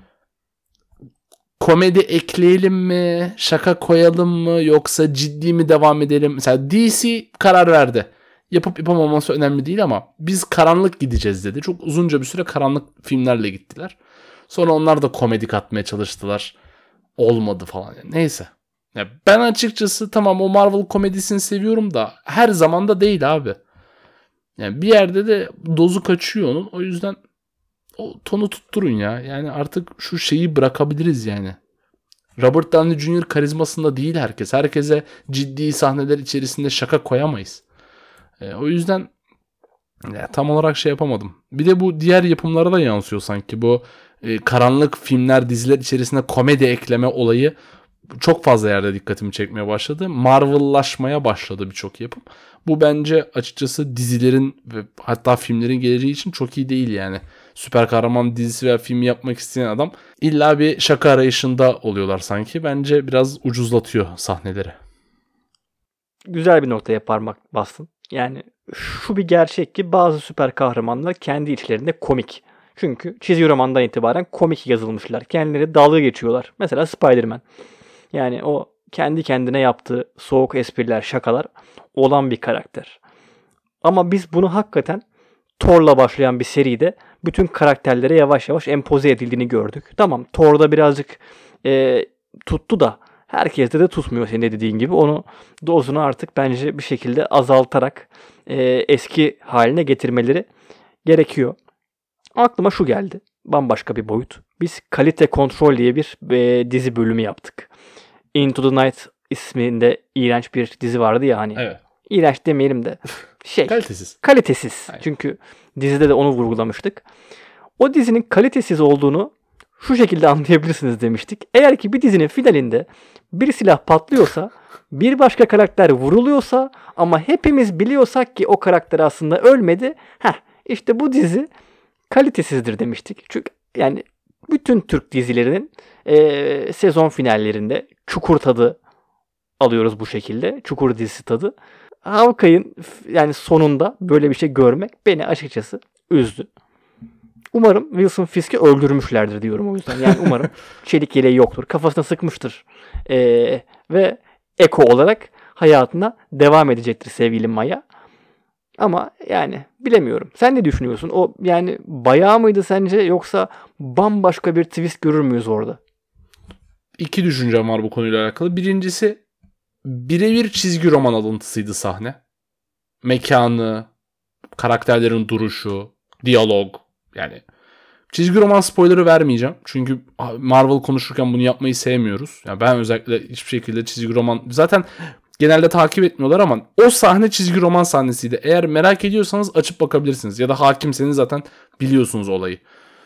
komedi ekleyelim mi, şaka koyalım mı, yoksa ciddi mi devam edelim? Mesela D C karar verdi. Yapıp yapamaması önemli değil ama biz karanlık gideceğiz dedi. Çok uzunca bir süre karanlık filmlerle gittiler. Sonra onlar da komedi katmaya çalıştılar. Olmadı falan. Yani neyse. Ya ben açıkçası tamam o Marvel komedisini seviyorum da her zaman da değil abi. Yani bir yerde de dozu kaçıyor onun. O yüzden o tonu tutturun ya. Yani artık şu şeyi bırakabiliriz yani. Robert Downey Junior karizmasında değil herkes. Herkese ciddi sahneler içerisinde şaka koyamayız. E, o yüzden ya, tam olarak şey yapamadım. Bir de bu diğer yapımlara da yansıyor sanki. Bu e, karanlık filmler, diziler içerisinde komedi ekleme olayı çok fazla yerde dikkatimi çekmeye başladı. Marvel'laşmaya başladı birçok yapım. Bu bence açıkçası dizilerin ve hatta filmlerin geleceği için çok iyi değil yani. Süper kahraman dizisi veya filmi yapmak isteyen adam illa bir şaka arayışında oluyorlar sanki. Bence biraz ucuzlatıyor sahneleri. Güzel bir noktaya parmak bastın. Yani şu bir gerçek ki bazı süper kahramanlar kendi içlerinde komik. Çünkü çizgi romandan itibaren komik yazılmışlar. Kendileri dalga geçiyorlar. Mesela Spider-Man. Yani o kendi kendine yaptığı soğuk espriler, şakalar olan bir karakter. Ama biz bunu hakikaten Thor'la başlayan bir seride bütün karakterlere yavaş yavaş empoze edildiğini gördük. Tamam, Thor'da birazcık e, tuttu da herkeste de tutmuyor senin de dediğin gibi. Onu dozunu artık bence bir şekilde azaltarak e, eski haline getirmeleri gerekiyor. Aklıma şu geldi. Bambaşka bir boyut. Biz kalite kontrol diye bir e, dizi bölümü yaptık. Into the Night isminde iğrenç bir dizi vardı ya hani. Evet. İğrenç demeyelim de şey. Kalitesiz. Kalitesiz. Aynen. Çünkü dizide de onu vurgulamıştık. O dizinin kalitesiz olduğunu şu şekilde anlayabilirsiniz demiştik. Eğer ki bir dizinin finalinde bir silah patlıyorsa, bir başka karakter vuruluyorsa ama hepimiz biliyorsak ki o karakter aslında ölmedi. Heh, işte bu dizi kalitesizdir demiştik. Çünkü yani bütün Türk dizilerinin e, sezon finallerinde Çukur tadı alıyoruz bu şekilde. Çukur dizisi tadı. Hawkeye'in yani sonunda böyle bir şey görmek beni açıkçası üzdü. Umarım Wilson Fisk'i öldürmüşlerdir diyorum o yüzden. Yani umarım çelik yeleği yoktur. Kafasına sıkmıştır. Ee, ve Eko olarak hayatına devam edecektir sevgili Maya. Ama yani bilemiyorum. Sen ne düşünüyorsun? O yani bayağı mıydı sence yoksa bambaşka bir twist görür müyüz orada? İki düşüncem var bu konuyla alakalı. Birincisi birebir çizgi roman alıntısıydı sahne. Mekanı, karakterlerin duruşu, diyalog. Yani çizgi roman spoilerı vermeyeceğim. Çünkü Marvel konuşurken bunu yapmayı sevmiyoruz. Yani ben özellikle hiçbir şekilde çizgi roman... Zaten genelde takip etmiyorlar ama o sahne çizgi roman sahnesiydi. Eğer merak ediyorsanız açıp bakabilirsiniz. Ya da hakimseniz zaten biliyorsunuz olayı.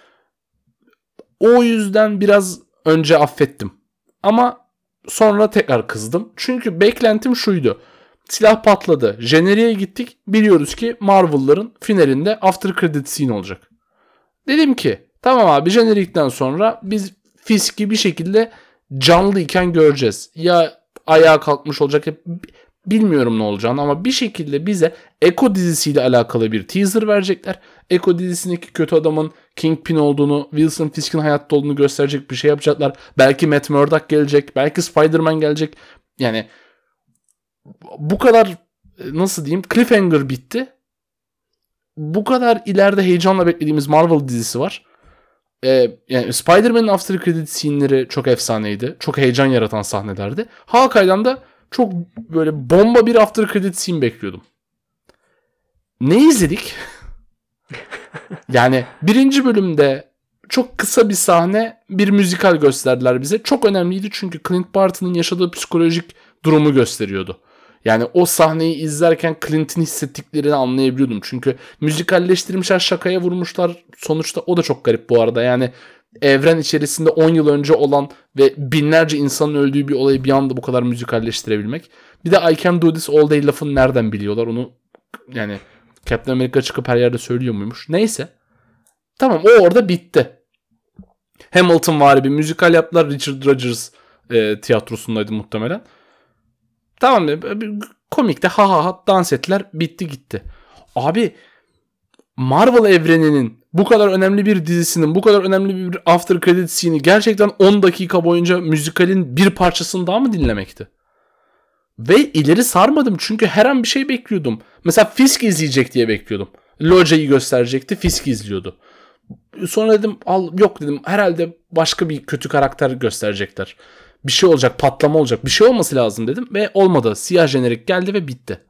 O yüzden biraz önce affettim. Ama sonra tekrar kızdım. Çünkü beklentim şuydu. Silah patladı. Jeneriğe gittik. Biliyoruz ki Marvel'ların finalinde after credit scene olacak. Dedim ki tamam abi jenerikten sonra biz Fisk'i bir şekilde canlı iken göreceğiz. Ya ayağa kalkmış olacak. Bilmiyorum ne olacağını ama bir şekilde bize Echo dizisiyle alakalı bir teaser verecekler. Echo dizisindeki kötü adamın Kingpin olduğunu, Wilson Fisk'in hayatta olduğunu gösterecek bir şey yapacaklar. Belki Matt Murdock gelecek. Belki Spider-Man gelecek. Yani bu kadar nasıl diyeyim cliffhanger bitti. Bu kadar ileride heyecanla beklediğimiz Marvel dizisi var. Ee, yani Spider-Man'in after credit scene'leri çok efsaneydi. Çok heyecan yaratan sahnelerdi. Hawkeye'dan da çok böyle bomba bir after credit scene bekliyordum. Ne izledik? Yani birinci bölümde çok kısa bir sahne, bir müzikal gösterdiler bize. Çok önemliydi çünkü Clint Barton'ın yaşadığı psikolojik durumu gösteriyordu. Yani o sahneyi izlerken Clint'in hissettiklerini anlayabiliyordum. Çünkü müzikalleştirmişler, şakaya vurmuşlar. Sonuçta o da çok garip bu arada. Yani evren içerisinde on yıl önce olan ve binlerce insanın öldüğü bir olayı bir anda bu kadar müzikalleştirebilmek. Bir de I can do this all day lafını nereden biliyorlar onu yani Captain America çıkıp her yerde söylüyor muymuş. Neyse. Tamam o orada bitti. Hamilton vari bir müzikal yaptılar. Richard Rodgers e, tiyatrosundaydı muhtemelen. Tamam komikte ha ha ha dans ettiler bitti gitti. Abi Marvel evreninin bu kadar önemli bir dizisinin bu kadar önemli bir after credit scene'i gerçekten on dakika boyunca müzikalin bir parçasını daha mı dinlemekti? Ve ileri sarmadım çünkü her an bir şey bekliyordum. Mesela Fisk izleyecek diye bekliyordum. Loja'yı gösterecekti, Fisk izliyordu. Sonra dedim al yok dedim herhalde başka bir kötü karakter gösterecekler. Bir şey olacak, patlama olacak. Bir şey olması lazım dedim ve olmadı. Siyah jenerik geldi ve bitti.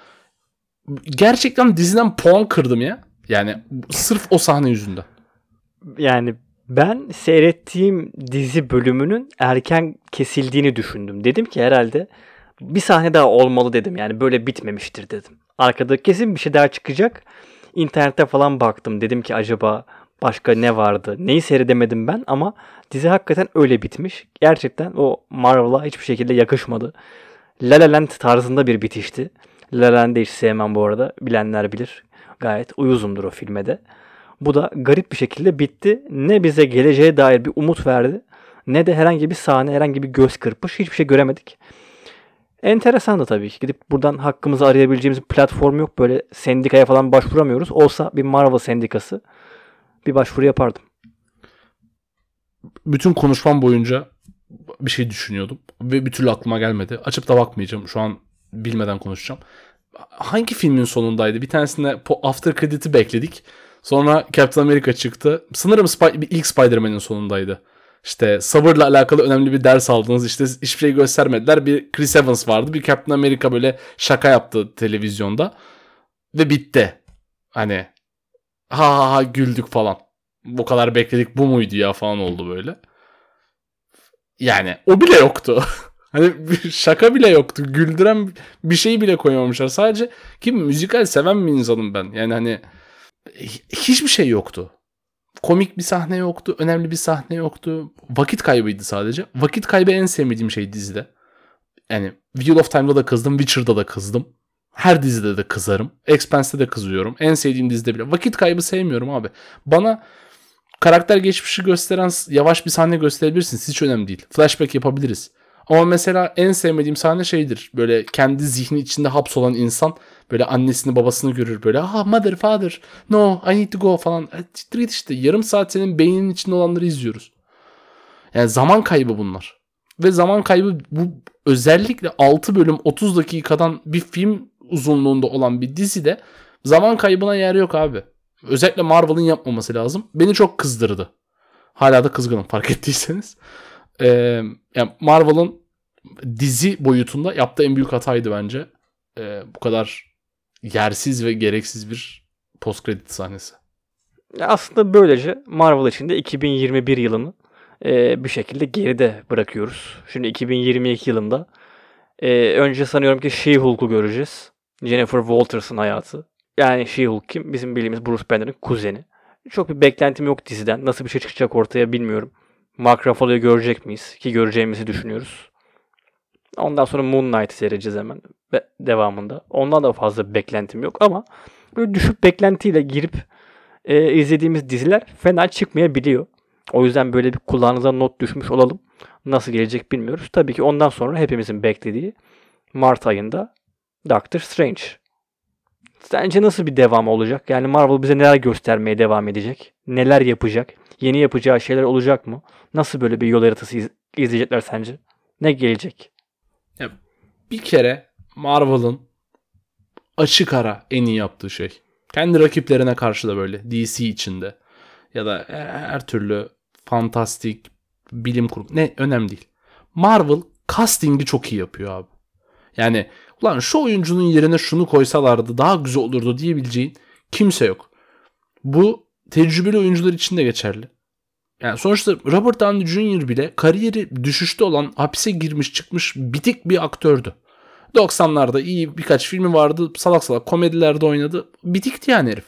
Gerçekten diziden puan kırdım ya. Yani sırf o sahne yüzünden. Yani ben seyrettiğim dizi bölümünün erken kesildiğini düşündüm. Dedim ki herhalde bir sahne daha olmalı dedim. Yani böyle bitmemiştir dedim. Arkada kesin bir şey daha çıkacak. İnternette falan baktım. Dedim ki acaba başka ne vardı? Neyi seyredemedim ben ama dizi hakikaten öyle bitmiş. Gerçekten o Marvel'a hiçbir şekilde yakışmadı. La La Land tarzında bir bitişti. La La Land'i hiç sevmem bu arada. Bilenler bilir. Gayet uyuzumdur o filme de. Bu da garip bir şekilde bitti. Ne bize geleceğe dair bir umut verdi. Ne de herhangi bir sahne, herhangi bir göz kırpış. Hiçbir şey göremedik. Enteresandı tabii ki. Gidip buradan hakkımızı arayabileceğimiz bir platform yok. Böyle sendikaya falan başvuramıyoruz. Olsa bir Marvel sendikası bir başvuru yapardım. Bütün konuşmam boyunca bir şey düşünüyordum. Ve bir türlü aklıma gelmedi. Açıp da bakmayacağım. Şu an bilmeden konuşacağım. Hangi filmin sonundaydı? Bir tanesinde after credit'i bekledik. Sonra Captain America çıktı. Sanırım Sp- ilk Spider-Man'in sonundaydı. İşte sabırla alakalı önemli bir ders aldınız. İşte hiçbir şey göstermediler. Bir Chris Evans vardı. Bir Captain America böyle şaka yaptı televizyonda. Ve bitti. Hani ha ha ha güldük falan. Bu kadar bekledik bu muydu ya falan oldu böyle. Yani o bile yoktu. Hani bir şaka bile yoktu. Güldüren bir şey bile koymamışlar. Sadece ki müzikal seven bir insanım ben. Yani hani hiçbir şey yoktu. Komik bir sahne yoktu. Önemli bir sahne yoktu. Vakit kaybıydı sadece. Vakit kaybı en sevmediğim şey dizide. Yani Wheel of Time'da da kızdım. Witcher'da da kızdım. Her dizide de kızarım. Expanse'de de kızıyorum. En sevdiğim dizide bile. Vakit kaybı sevmiyorum abi. Bana karakter geçmişi gösteren yavaş bir sahne gösterebilirsiniz. Hiç önemli değil. Flashback yapabiliriz. Ama mesela en sevmediğim sahne şeydir. Böyle kendi zihni içinde hapsolan insan böyle annesini babasını görür böyle. Ah mother father no I need to go falan. Ciddi işte yarım saat senin beyninin içinde olanları izliyoruz. Yani zaman kaybı bunlar. Ve zaman kaybı bu özellikle altı bölüm otuz dakikadan bir film uzunluğunda olan bir dizide zaman kaybına yer yok abi. Özellikle Marvel'ın yapmaması lazım. Beni çok kızdırdı. Hala da kızgınım fark ettiyseniz. Ee, yani Marvel'ın dizi boyutunda yaptığı en büyük hataydı bence. Ee, bu kadar yersiz ve gereksiz bir post credit sahnesi. Aslında böylece Marvel için de iki bin yirmi bir yılını e, bir şekilde geride bırakıyoruz. Şimdi iki bin yirmi iki yılında e, önce sanıyorum ki She-Hulk'u göreceğiz. Jennifer Walters'ın hayatı. Yani She-Hulk kim? Bizim bildiğimiz Bruce Banner'ın kuzeni. Çok bir beklentim yok diziden. Nasıl bir şey çıkacak ortaya bilmiyorum. Mark Ruffalo'yu görecek miyiz? Ki göreceğimizi düşünüyoruz. Ondan sonra Moon Knight'ı seyredeceğiz hemen ve devamında. Ondan da fazla bir beklentim yok ama böyle düşük beklentiyle girip e, izlediğimiz diziler fena çıkmayabiliyor. O yüzden böyle bir kulağınıza not düşmüş olalım. Nasıl gelecek bilmiyoruz. Tabii ki ondan sonra hepimizin beklediği Mart ayında Doctor Strange. Sence nasıl bir devam olacak? Yani Marvel bize neler göstermeye devam edecek? Neler yapacak? Yeni yapacağı şeyler olacak mı? Nasıl böyle bir yol haritası iz- izleyecekler sence? Ne gelecek? Ya bir kere Marvel'ın açık ara en iyi yaptığı şey. Kendi rakiplerine karşı da böyle D C içinde ya da her türlü fantastik bilim kurgu ne önemli değil. Marvel casting'i çok iyi yapıyor abi. Yani ulan şu oyuncunun yerine şunu koysalardı daha güzel olurdu diyebileceğin kimse yok. Bu tecrübeli oyuncular için de geçerli. Yani sonuçta Robert Downey Junior bile kariyeri düşüşte olan, hapise girmiş çıkmış bitik bir aktördü. doksanlarda iyi birkaç filmi vardı. Salak salak komedilerde oynadı. Bitikti yani herif.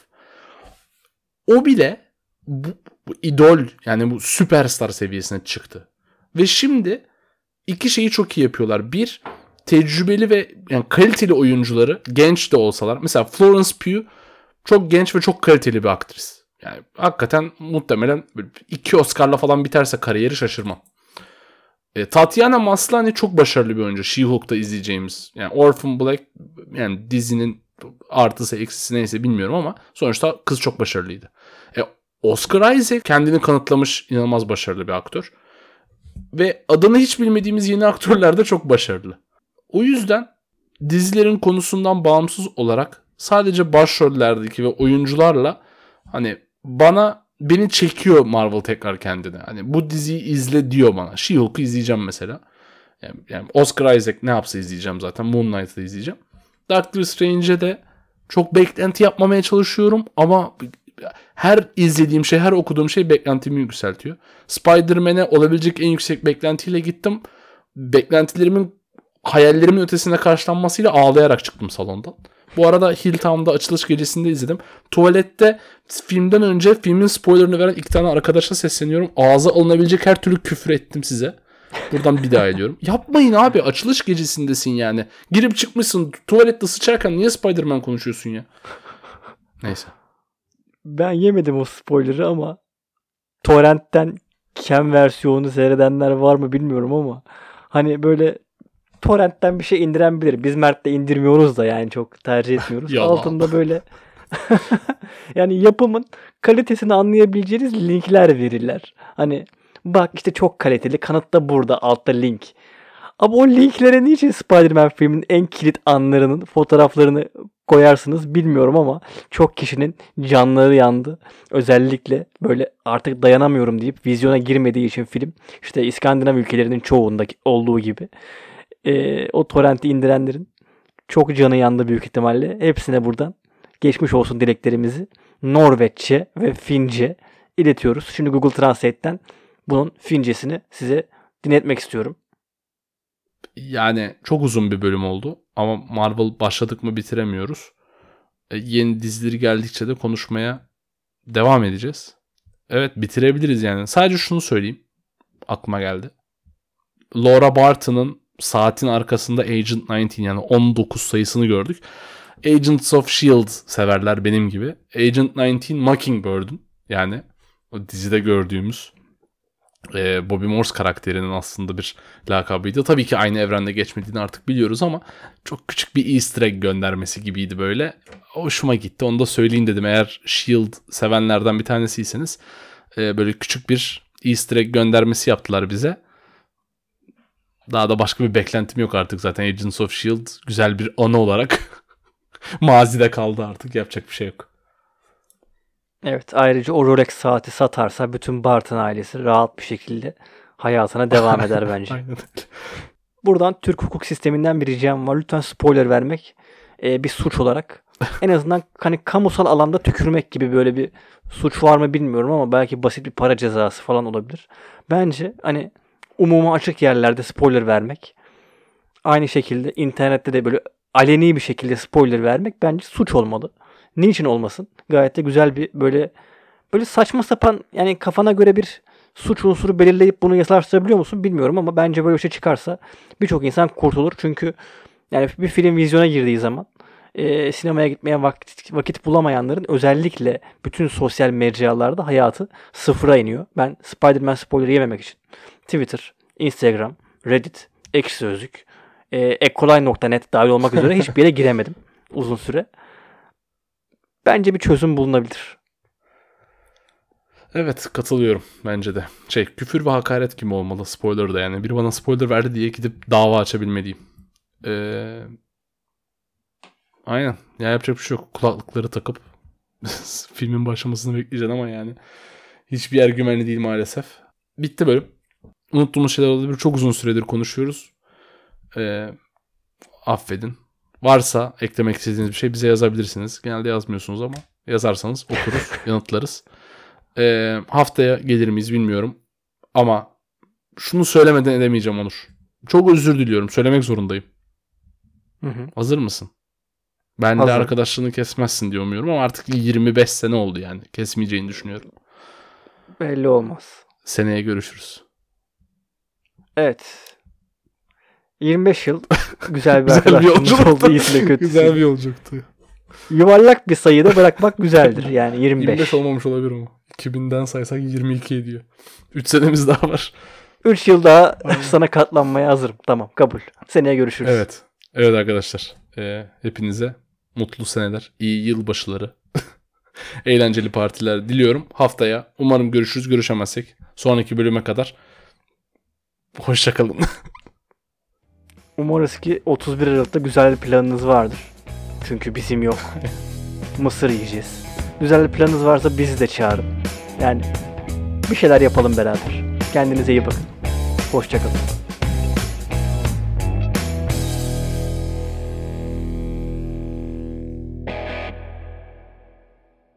O bile bu, bu idol yani bu süperstar seviyesine çıktı. Ve şimdi iki şeyi çok iyi yapıyorlar. Bir, tecrübeli ve yani kaliteli oyuncuları genç de olsalar. Mesela Florence Pugh çok genç ve çok kaliteli bir aktris. Yani hakikaten muhtemelen iki Oscar'la falan biterse kariyeri şaşırmam. E, Tatiana Maslany çok başarılı bir oyuncu. She-Hulk'ta izleyeceğimiz. Yani Orphan Black yani dizinin artısı eksisi neyse bilmiyorum ama sonuçta kız çok başarılıydı. E, Oscar Isaac kendini kanıtlamış inanılmaz başarılı bir aktör. Ve adını hiç bilmediğimiz yeni aktörler de çok başarılı. O yüzden dizilerin konusundan bağımsız olarak sadece başrollerdeki ve oyuncularla hani bana beni çekiyor Marvel tekrar kendine. Hani bu diziyi izle diyor bana. She-Hulk'u izleyeceğim mesela. Yani, yani Oscar Isaac ne yapsa izleyeceğim zaten. Moon Knight'ı izleyeceğim. Doctor Strange'e de çok beklenti yapmamaya çalışıyorum ama her izlediğim şey, her okuduğum şey beklentimi yükseltiyor. Spider-Man'e olabilecek en yüksek beklentiyle gittim. Beklentilerimin hayallerimin ötesine karşılanmasıyla ağlayarak çıktım salondan. Bu arada Hilltown'da açılış gecesinde izledim. Tuvalette filmden önce filmin spoilerını veren iki tane arkadaşa sesleniyorum. Ağza alınabilecek her türlü küfür ettim size. Buradan bir daha ediyorum. Yapmayın abi, açılış gecesindesin yani. Girip çıkmışsın tuvalette sıçarken niye Spider-Man konuşuyorsun ya? Neyse. Ben yemedim o spoiler'ı ama torrentten Ken versiyonu seyredenler var mı bilmiyorum ama hani böyle torrentten bir şey indiren bilir. Biz Mert'le indirmiyoruz da yani çok tercih etmiyoruz. Altında böyle yani yapımın kalitesini anlayabileceğiniz linkler verirler. Hani bak işte çok kaliteli, kanıt da burada, altta link. Ama o linklere niçin Spider-Man filminin en kilit anlarının fotoğraflarını koyarsınız bilmiyorum ama çok kişinin canları yandı. Özellikle böyle artık dayanamıyorum deyip vizyona girmediği için film, işte İskandinav ülkelerinin çoğundaki olduğu gibi e, o torrenti indirenlerin çok canı yandı büyük ihtimalle. Hepsine buradan geçmiş olsun dileklerimizi Norveççe ve Fince iletiyoruz. Şimdi Google Translate'ten bunun Fincesini size dinletmek istiyorum. Yani çok uzun bir bölüm oldu ama Marvel başladık mı bitiremiyoruz. E, yeni dizileri geldikçe de konuşmaya devam edeceğiz. Evet, bitirebiliriz yani. Sadece şunu söyleyeyim. Aklıma geldi. Laura Barton'ın saatin arkasında Agent on dokuz yani on dokuz sayısını gördük. Agents of S H I E L D severler benim gibi. Agent on dokuz Mockingbird'ün yani O dizide gördüğümüz e, Bobby Morse karakterinin aslında bir lakabıydı. Tabii ki aynı evrende geçmediğini artık biliyoruz ama çok küçük bir Easter egg göndermesi gibiydi böyle. Hoşuma gitti. Onu da söyleyeyim dedim. Eğer S H I E L D sevenlerden bir tanesiyseniz e, böyle küçük bir Easter egg göndermesi yaptılar bize. Daha da başka bir beklentim yok artık zaten. Agents of S H I E L D güzel bir anı olarak mazide kaldı artık. Yapacak bir şey yok. Evet, ayrıca o Rolex saati satarsa bütün Barton ailesi rahat bir şekilde hayatına devam eder bence. Aynen öyle. Buradan Türk hukuk sisteminden bir ricam var. Lütfen spoiler vermek e, bir suç olarak. En azından hani kamusal alanda tükürmek gibi böyle bir suç var mı bilmiyorum ama belki basit bir para cezası falan olabilir. Bence hani umuma açık yerlerde spoiler vermek, aynı şekilde internette de böyle aleni bir şekilde spoiler vermek bence suç olmalı. Niçin olmasın? Gayet de güzel bir böyle böyle saçma sapan, yani kafana göre bir suç unsuru belirleyip bunu yasalaştırabiliyor musun bilmiyorum ama bence böyle bir şey çıkarsa birçok insan kurtulur. Çünkü yani bir film vizyona girdiği zaman e, sinemaya gitmeye vakit, vakit bulamayanların özellikle bütün sosyal mecralarda hayatı sıfıra iniyor. Ben Spider-Man spoilerı yememek için Twitter, Instagram, Reddit, Ekşi Sözlük, e, ekolay nokta net dahil olmak üzere hiçbir yere giremedim uzun süre. Bence bir çözüm bulunabilir. Evet, katılıyorum bence de. Şey, küfür ve hakaret gibi olmalı spoiler da yani. Biri bana spoiler verdi diye gidip dava açabilmeliyim. Ee, aynen. Ya yapacak bir şey yok. Kulaklıkları takıp filmin başlamasını bekleyeceksin ama yani hiçbir yer güvenli değil maalesef. Bitti bölüm. Unuttuğumuz şeyler olabilir. Çok uzun süredir konuşuyoruz. Ee, affedin. Varsa eklemek istediğiniz bir şey bize yazabilirsiniz. Genelde yazmıyorsunuz ama yazarsanız okuruz, yanıtlarız. Ee, haftaya gelir miyiz bilmiyorum. Ama şunu söylemeden edemeyeceğim Onur. Çok özür diliyorum. Söylemek zorundayım. Hı hı. Hazır mısın? Ben de Hazır. arkadaşlığını kesmezsin diye umuyorum ama artık yirmi beş sene oldu yani. Kesmeyeceğini düşünüyorum. Belli olmaz. Seneye görüşürüz. Evet. yirmi beş yıl güzel bir Güzel bir arkadaşlığımız yolculuktu. oldu, iyisiyle kötüsüyle. Güzel bir yolculuktu. Yuvarlak bir sayıda bırakmak güzeldir yani yirmi beş. yirmi beş olmamış olabilir ama. iki binden saysak yirmi iki ediyor. üç senemiz daha var. üç yıl daha sana katlanmaya hazırım. Tamam, kabul. Seneye görüşürüz. Evet. Evet arkadaşlar. Ee, hepinize mutlu seneler, iyi yılbaşıları, eğlenceli partiler diliyorum. Haftaya umarım görüşürüz. Görüşemezsek sonraki bölüme kadar hoşçakalın. Umarız ki otuz bir Aralık'ta güzel bir planınız vardır. Çünkü bizim yok. Mısır yiyeceğiz. Güzel bir planınız varsa bizi de çağırın. Yani bir şeyler yapalım beraber. Kendinize iyi bakın. Hoşçakalın.